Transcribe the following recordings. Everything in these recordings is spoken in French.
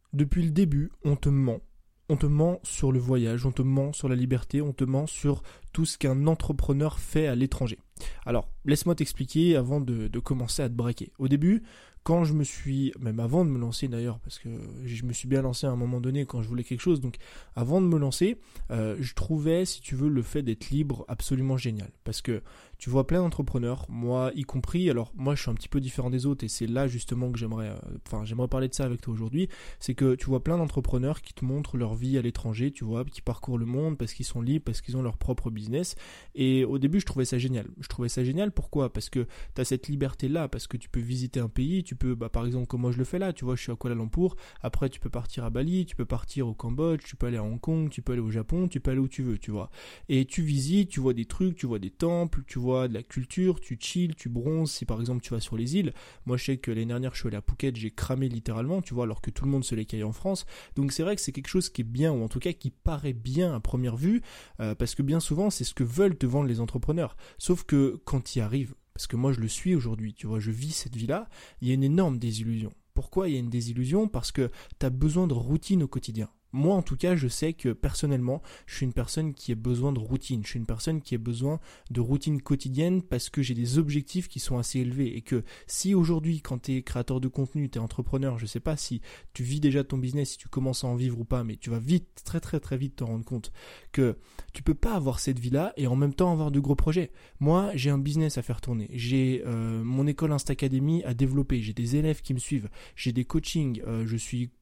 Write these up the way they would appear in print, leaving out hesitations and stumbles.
Depuis le début, on te ment. On te ment sur le voyage, on te ment sur la liberté, on te ment sur tout ce qu'un entrepreneur fait à l'étranger. Alors, laisse-moi t'expliquer avant de commencer à te braquer. Au début, quand je me suis, même avant de me lancer d'ailleurs, parce que je me suis bien lancé à un moment donné quand je voulais quelque chose, donc avant de me lancer, je trouvais, si tu veux, le fait d'être libre absolument génial. Parce que tu vois plein d'entrepreneurs, moi y compris, alors moi je suis un petit peu différent des autres et c'est là justement que j'aimerais parler de ça avec toi aujourd'hui, c'est que tu vois plein d'entrepreneurs qui te montrent leur vie à l'étranger, tu vois, qui parcourent le monde parce qu'ils sont libres, parce qu'ils ont leur propre business. Et au début je trouvais ça génial. Je trouvais ça génial, pourquoi ? Parce que tu as cette liberté-là, parce que tu peux visiter un pays, tu peux, par exemple comme moi je le fais là, tu vois, je suis à Kuala Lumpur, après tu peux partir à Bali, tu peux partir au Cambodge, tu peux aller à Hong Kong, tu peux aller au Japon, tu peux aller où tu veux, tu vois. Et tu visites, tu vois des trucs, tu vois des temples, tu vois de la culture, tu chill, tu bronzes, si par exemple tu vas sur les îles. Moi je sais que l'année dernière je suis allé à Phuket, j'ai cramé littéralement, tu vois, alors que tout le monde se l'écaille en France. Donc c'est vrai que c'est quelque chose qui est bien, ou en tout cas qui paraît bien à première vue, parce que bien souvent c'est ce que veulent te vendre les entrepreneurs. Sauf que quand tu y arrives, parce que moi je le suis aujourd'hui, tu vois, je vis cette vie-là, il y a une énorme désillusion. Pourquoi il y a une désillusion ? Parce que tu as besoin de routine au quotidien. Moi, en tout cas, je sais que personnellement, je suis une personne qui a besoin de routine. Je suis une personne qui a besoin de routine quotidienne parce que j'ai des objectifs qui sont assez élevés. Et que si aujourd'hui, quand tu es créateur de contenu, tu es entrepreneur, je sais pas si tu vis déjà ton business, si tu commences à en vivre ou pas, mais tu vas vite, très très très vite te rendre compte que tu peux pas avoir cette vie-là et en même temps avoir de gros projets. Moi, j'ai un business à faire tourner. J'ai mon école Insta Academy à développer. J'ai des élèves qui me suivent. J'ai des coachings. Je suis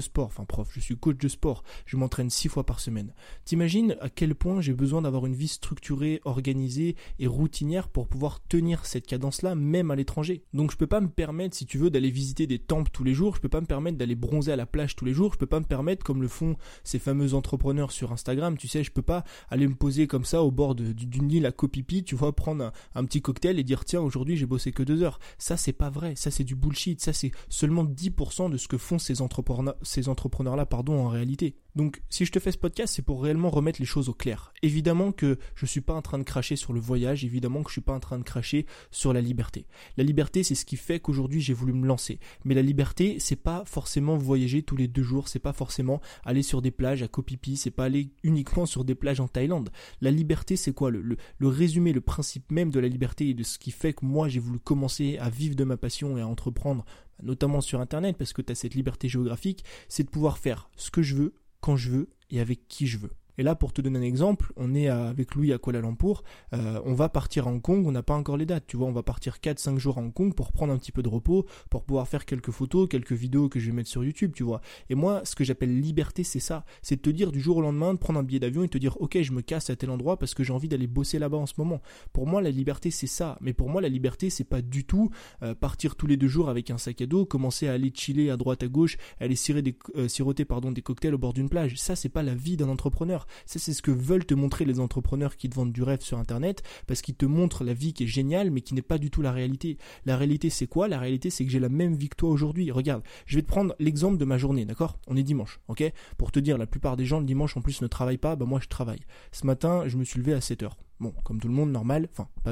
je suis coach de sport, je m'entraîne 6 fois par semaine. T'imagines à quel point j'ai besoin d'avoir une vie structurée, organisée et routinière pour pouvoir tenir cette cadence-là, même à l'étranger. Donc je peux pas me permettre, si tu veux, d'aller visiter des temples tous les jours, je peux pas me permettre d'aller bronzer à la plage tous les jours, je peux pas me permettre, comme le font ces fameux entrepreneurs sur Instagram, tu sais, je peux pas aller me poser comme ça au bord d'une île à Koh Phi Phi, tu vois, prendre un petit cocktail et dire tiens, aujourd'hui j'ai bossé que 2 heures. Ça c'est pas vrai, ça c'est du bullshit, ça c'est seulement 10% de ce que font ces entrepreneurs-là, en réalité. Donc, si je te fais ce podcast, c'est pour réellement remettre les choses au clair. Évidemment que je suis pas en train de cracher sur le voyage, évidemment que je suis pas en train de cracher sur la liberté. La liberté, c'est ce qui fait qu'aujourd'hui, j'ai voulu me lancer. Mais la liberté, c'est pas forcément voyager tous les 2 jours, c'est pas forcément aller sur des plages à Koh Phi Phi, c'est pas aller uniquement sur des plages en Thaïlande. La liberté, c'est quoi ? Le résumé, le principe même de la liberté et de ce qui fait que moi, j'ai voulu commencer à vivre de ma passion et à entreprendre, notamment sur Internet, parce que tu as cette liberté géographique, c'est de pouvoir faire ce que je veux, quand je veux et avec qui je veux. Et là, pour te donner un exemple, on est avec Louis à Kuala Lumpur, on va partir à Hong Kong, on n'a pas encore les dates, tu vois, on va partir 4-5 jours à Hong Kong pour prendre un petit peu de repos, pour pouvoir faire quelques photos, quelques vidéos que je vais mettre sur YouTube, tu vois. Et moi, ce que j'appelle liberté, c'est ça, c'est de te dire du jour au lendemain, de prendre un billet d'avion et te dire, ok, je me casse à tel endroit parce que j'ai envie d'aller bosser là-bas en ce moment. Pour moi, la liberté, c'est ça, mais pour moi, la liberté, c'est pas du tout partir tous les 2 jours avec un sac à dos, commencer à aller chiller à droite à gauche, aller siroter des cocktails au bord d'une plage. Ça, c'est pas la vie d'un entrepreneur. Ça, c'est ce que veulent te montrer les entrepreneurs qui te vendent du rêve sur Internet, parce qu'ils te montrent la vie qui est géniale, mais qui n'est pas du tout la réalité. La réalité, c'est quoi ? La réalité, c'est que j'ai la même vie que toi aujourd'hui. Regarde, je vais te prendre l'exemple de ma journée, d'accord ? On est dimanche, ok ? Pour te dire, la plupart des gens, le dimanche, en plus, ne travaillent pas. Moi, je travaille. Ce matin, je me suis levé à 7h. Bon, comme tout le monde, normal.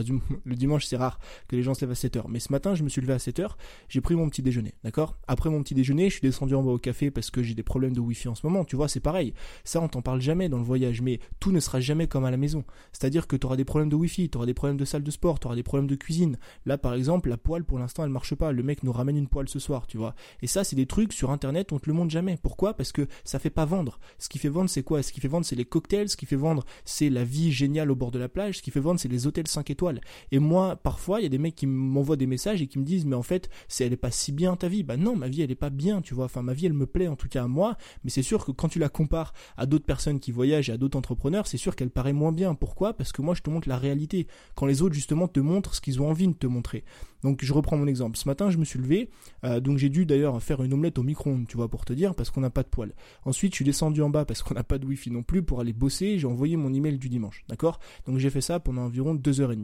Le dimanche, c'est rare que les gens se lèvent à 7h. Mais ce matin, je me suis levé à 7h. J'ai pris mon petit déjeuner, d'accord ? Après mon petit déjeuner, je suis descendu en bas au café parce que j'ai des problèmes de Wi-Fi en ce moment. Tu vois, c'est pareil. Ça, on t'en parle jamais dans le voyage. Mais tout ne sera jamais comme à la maison. C'est-à-dire que tu auras des problèmes de Wi-Fi, tu auras des problèmes de salle de sport, tu auras des problèmes de cuisine. Là, par exemple, la poêle, pour l'instant, elle marche pas. Le mec nous ramène une poêle ce soir, tu vois. Et ça, c'est des trucs sur Internet, on te le montre jamais. Pourquoi ? Parce que ça fait pas vendre. Ce qui fait vendre, c'est quoi ? Ce qui fait vendre, c'est les cocktails. Ce qui fait vendre, c'est la vie géniale au bord de la plage. Ce qui fait vendre, c'est les hôtels 5 étoiles. Et moi, parfois, il y a des mecs qui m'envoient des messages et qui me disent, mais en fait, elle est pas si bien ta vie. Bah non, ma vie, elle est pas bien, tu vois. Enfin, ma vie, elle me plaît, en tout cas à moi. Mais c'est sûr que quand tu la compares à d'autres personnes qui voyagent et à d'autres entrepreneurs, c'est sûr qu'elle paraît moins bien. Pourquoi ? Parce que moi, je te montre la réalité. Quand les autres, justement, te montrent ce qu'ils ont envie de te montrer. Donc, je reprends mon exemple. Ce matin, je me suis levé. Donc, j'ai dû d'ailleurs faire une omelette au micro-ondes, tu vois, pour te dire, parce qu'on n'a pas de poêle. Ensuite, je suis descendu en bas parce qu'on n'a pas de Wi-Fi non plus pour aller bosser. J'ai envoyé mon email du dimanche, d'accord ? Donc, j'ai fait ça pendant environ 2h30.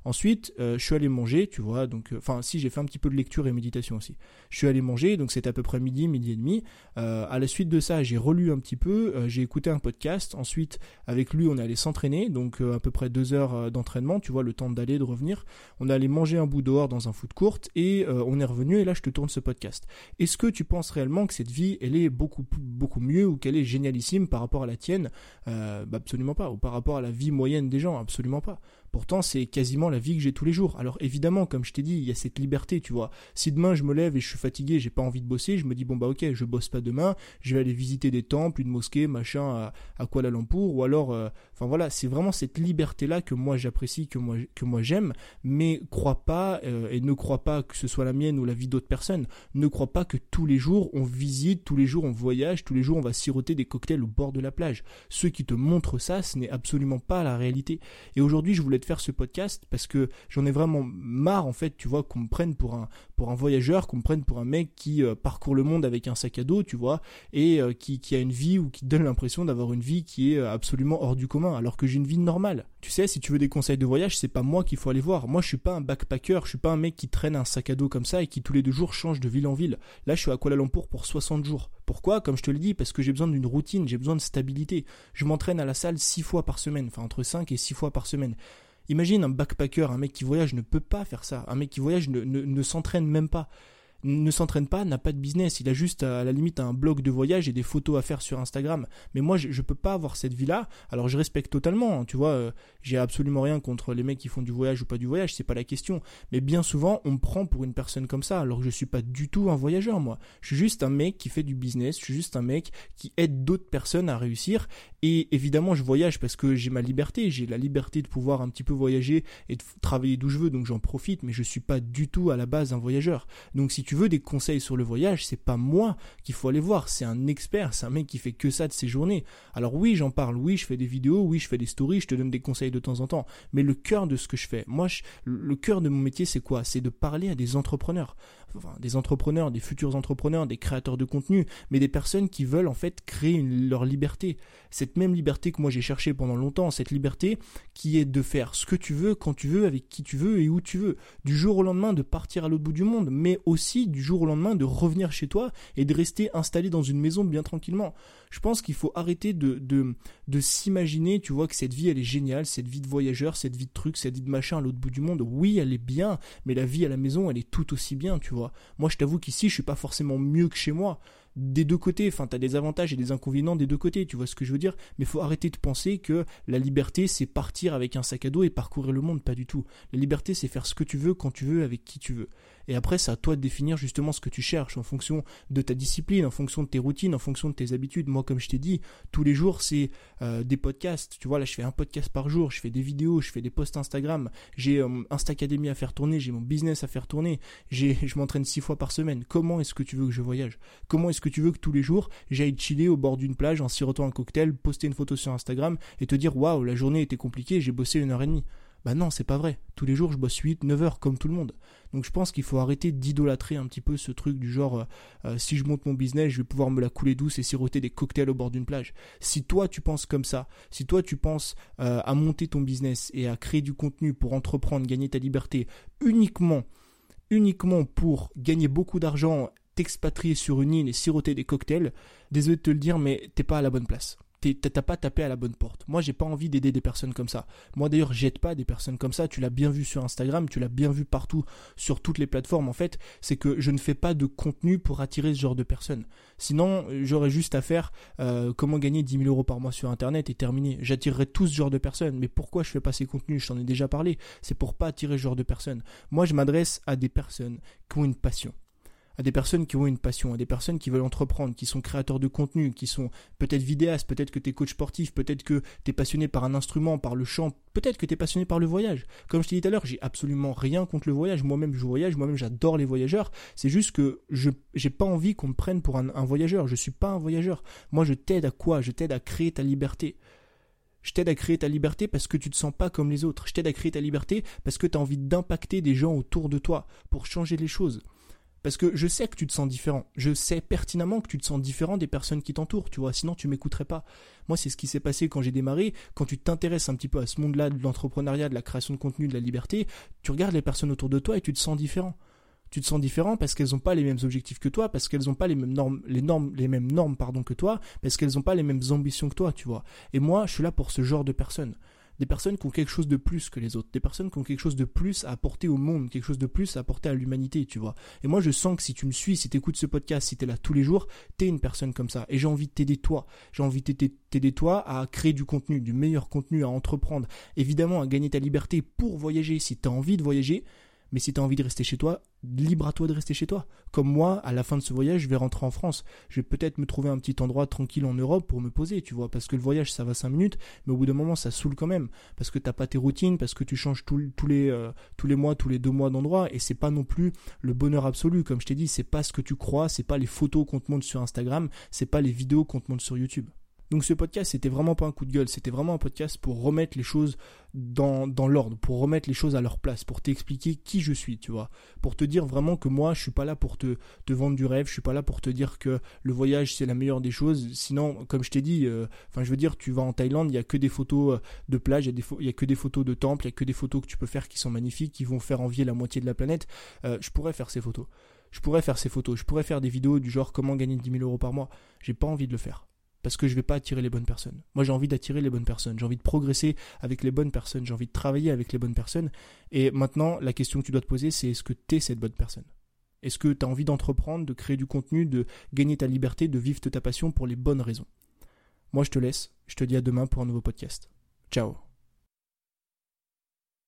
Ensuite, je suis allé manger, tu vois, donc, si, j'ai fait un petit peu de lecture et méditation aussi. Je suis allé manger, donc c'était à peu près midi et demi. À la suite de ça, j'ai relu un petit peu, j'ai écouté un podcast. Ensuite, avec lui, on est allé s'entraîner, donc à peu près 2 heures d'entraînement, tu vois, le temps d'aller, de revenir. On est allé manger un bout dehors dans un food court et on est revenu et là, je te tourne ce podcast. Est-ce que tu penses réellement que cette vie, elle est beaucoup mieux ou qu'elle est génialissime par rapport à la tienne? Absolument pas. Ou par rapport à la vie moyenne des gens? Absolument pas. Pourtant, c'est quasiment la vie que j'ai tous les jours. Alors évidemment, comme je t'ai dit, il y a cette liberté, tu vois. Si demain je me lève et je suis fatigué, j'ai pas envie de bosser, je me dis bon bah ok, je bosse pas demain, je vais aller visiter des temples, une mosquée, machin à Kuala Lumpur, ou alors, voilà, c'est vraiment cette liberté-là que moi j'apprécie, que moi j'aime. Mais crois pas et ne crois pas que ce soit la mienne ou la vie d'autres personnes. Ne crois pas que tous les jours on visite, tous les jours on voyage, tous les jours on va siroter des cocktails au bord de la plage. Ceux qui te montrent ça, ce n'est absolument pas la réalité. Et aujourd'hui, je voulais de faire ce podcast parce que j'en ai vraiment marre en fait, tu vois, qu'on me prenne pour un voyageur, qu'on me prenne pour un mec qui parcourt le monde avec un sac à dos, tu vois, et qui a une vie ou qui donne l'impression d'avoir une vie qui est absolument hors du commun alors que j'ai une vie normale. Tu sais, si tu veux des conseils de voyage, c'est pas moi qu'il faut aller voir. Moi, je suis pas un backpacker, je suis pas un mec qui traîne un sac à dos comme ça et qui tous les 2 jours change de ville en ville. Là, je suis à Kuala Lumpur pour 60 jours. Pourquoi? Comme je te le dis, parce que j'ai besoin d'une routine, j'ai besoin de stabilité. Je m'entraîne à la salle 6 fois par semaine, enfin entre 5 et 6 fois par semaine. Imagine un backpacker, un mec qui voyage ne peut pas faire ça. Un mec qui voyage ne s'entraîne même pas. Ne s'entraîne pas, n'a pas de business, il a juste à la limite un blog de voyage et des photos à faire sur Instagram. Mais moi je peux pas avoir cette vie-là. Alors je respecte totalement, tu vois, j'ai absolument rien contre les mecs qui font du voyage ou pas du voyage, c'est pas la question. Mais bien souvent on me prend pour une personne comme ça alors que je suis pas du tout un voyageur moi. Je suis juste un mec qui fait du business, je suis juste un mec qui aide d'autres personnes à réussir. Et évidemment je voyage parce que j'ai ma liberté, j'ai la liberté de pouvoir un petit peu voyager et de travailler d'où je veux, donc j'en profite, mais je suis pas du tout à la base un voyageur. Donc si tu veux des conseils sur le voyage, c'est pas moi qu'il faut aller voir, c'est un expert, c'est un mec qui fait que ça de ses journées. Alors oui, j'en parle, oui, je fais des vidéos, oui, je fais des stories, je te donne des conseils de temps en temps, mais le cœur de ce que je fais, le cœur de mon métier, c'est quoi? C'est de parler à des entrepreneurs. Des entrepreneurs, des futurs entrepreneurs, des créateurs de contenu, mais des personnes qui veulent en fait créer leur liberté. Cette même liberté que moi j'ai cherchée pendant longtemps, cette liberté qui est de faire ce que tu veux, quand tu veux, avec qui tu veux et où tu veux. Du jour au lendemain de partir à l'autre bout du monde, mais aussi du jour au lendemain de revenir chez toi et de rester installé dans une maison bien tranquillement. Je pense qu'il faut arrêter de s'imaginer, tu vois, que cette vie elle est géniale, cette vie de voyageur, cette vie de truc, cette vie de machin à l'autre bout du monde. Oui, elle est bien, mais la vie à la maison elle est tout aussi bien, tu vois. Moi je t'avoue qu'ici je suis pas forcément mieux que chez moi. Des deux côtés, enfin t'as des avantages et des inconvénients des deux côtés, tu vois ce que je veux dire, mais faut arrêter de penser que la liberté c'est partir avec un sac à dos et parcourir le monde, pas du tout. La liberté c'est faire ce que tu veux, quand tu veux, avec qui tu veux. Et après c'est à toi de définir justement ce que tu cherches en fonction de ta discipline, en fonction de tes routines, en fonction de tes habitudes. Moi comme je t'ai dit, tous les jours c'est des podcasts, tu vois, là je fais un podcast par jour, je fais des vidéos, je fais des posts Instagram, j'ai Instacademy à faire tourner, j'ai mon business à faire tourner, je m'entraîne 6 fois par semaine. Comment est-ce que tu veux que je voyage? Comment est-ce que tu veux que tous les jours j'aille chiller au bord d'une plage en sirotant un cocktail, poster une photo sur Instagram et te dire waouh, la journée était compliquée, j'ai bossé 1h30? Bah non, c'est pas vrai. Tous les jours je bosse 8-9 heures comme tout le monde. Donc je pense qu'il faut arrêter d'idolâtrer un petit peu ce truc du genre si je monte mon business, je vais pouvoir me la couler douce et siroter des cocktails au bord d'une plage. Si toi tu penses comme ça, si toi tu penses à monter ton business et à créer du contenu pour entreprendre, gagner ta liberté uniquement pour gagner beaucoup d'argent, t'expatrier sur une île et siroter des cocktails, désolé de te le dire, mais t'es pas à la bonne place. T'as pas tapé à la bonne porte. Moi, j'ai pas envie d'aider des personnes comme ça. Moi, d'ailleurs, j'aide pas des personnes comme ça. Tu l'as bien vu sur Instagram, tu l'as bien vu partout, sur toutes les plateformes. En fait, c'est que je ne fais pas de contenu pour attirer ce genre de personnes. Sinon, j'aurais juste à faire comment gagner 10 000 euros par mois sur Internet et terminé. J'attirerais tout ce genre de personnes. Mais pourquoi je fais pas ces contenus? Je t'en ai déjà parlé. C'est pour pas attirer ce genre de personnes. Moi, je m'adresse à des personnes qui ont une passion. À des personnes qui ont une passion, à des personnes qui veulent entreprendre, qui sont créateurs de contenu, qui sont peut-être vidéastes, peut-être que tu es coach sportif, peut-être que tu es passionné par un instrument, par le chant, peut-être que tu es passionné par le voyage. Comme je t'ai dit tout à l'heure, j'ai absolument rien contre le voyage. Moi-même, je voyage, moi-même, j'adore les voyageurs. C'est juste que j'ai pas envie qu'on me prenne pour un voyageur. Je suis pas un voyageur. Moi, je t'aide à quoi? Je t'aide à créer ta liberté. Je t'aide à créer ta liberté parce que tu te sens pas comme les autres. Je t'aide à créer ta liberté parce que tu as envie d'impacter des gens autour de toi pour changer les choses. Parce que je sais que tu te sens différent. Je sais pertinemment que tu te sens différent des personnes qui t'entourent, tu vois. Sinon, tu m'écouterais pas. Moi, c'est ce qui s'est passé quand j'ai démarré. Quand tu t'intéresses un petit peu à ce monde-là de l'entrepreneuriat, de la création de contenu, de la liberté, tu regardes les personnes autour de toi et tu te sens différent. Tu te sens différent parce qu'elles n'ont pas les mêmes objectifs que toi, parce qu'elles n'ont pas les mêmes normes que toi, parce qu'elles n'ont pas les mêmes ambitions que toi, tu vois. Et moi, je suis là pour ce genre de personnes. Des personnes qui ont quelque chose de plus que les autres, des personnes qui ont quelque chose de plus à apporter au monde, quelque chose de plus à apporter à l'humanité, tu vois. Et moi, je sens que si tu me suis, si tu écoutes ce podcast, si tu es là tous les jours, tu es une personne comme ça. Et j'ai envie de t'aider toi. J'ai envie de t'aider toi à créer du contenu, du meilleur contenu, à entreprendre. Évidemment, à gagner ta liberté pour voyager si tu as envie de voyager. Mais si tu as envie de rester chez toi, libre à toi de rester chez toi. Comme moi, à la fin de ce voyage, je vais rentrer en France. Je vais peut-être me trouver un petit endroit tranquille en Europe pour me poser, tu vois. Parce que le voyage, ça va 5 minutes, mais au bout d'un moment, ça saoule quand même. Parce que t'as pas tes routines, parce que tu changes tous les mois, tous les 2 mois d'endroit. Et c'est pas non plus le bonheur absolu. Comme je t'ai dit, c'est pas ce que tu crois, c'est pas les photos qu'on te montre sur Instagram, c'est pas les vidéos qu'on te montre sur YouTube. Donc ce podcast, c'était vraiment pas un coup de gueule, c'était vraiment un podcast pour remettre les choses dans l'ordre, pour remettre les choses à leur place, pour t'expliquer qui je suis, tu vois. Pour te dire vraiment que moi, je suis pas là pour te vendre du rêve, je suis pas là pour te dire que le voyage, c'est la meilleure des choses. Sinon, comme je t'ai dit, je veux dire, tu vas en Thaïlande, il y a que des photos de plage, il y a que des photos de temples, il y a que des photos que tu peux faire qui sont magnifiques, qui vont faire envier la moitié de la planète. Je pourrais faire ces photos. Je pourrais faire des vidéos du genre comment gagner 10 000 euros par mois. J'ai pas envie de le faire. Parce que je vais pas attirer les bonnes personnes. Moi, j'ai envie d'attirer les bonnes personnes. J'ai envie de progresser avec les bonnes personnes. J'ai envie de travailler avec les bonnes personnes. Et maintenant, la question que tu dois te poser, c'est est-ce que tu es cette bonne personne ? Est-ce que tu as envie d'entreprendre, de créer du contenu, de gagner ta liberté, de vivre ta passion pour les bonnes raisons ? Moi, je te laisse. Je te dis à demain pour un nouveau podcast. Ciao.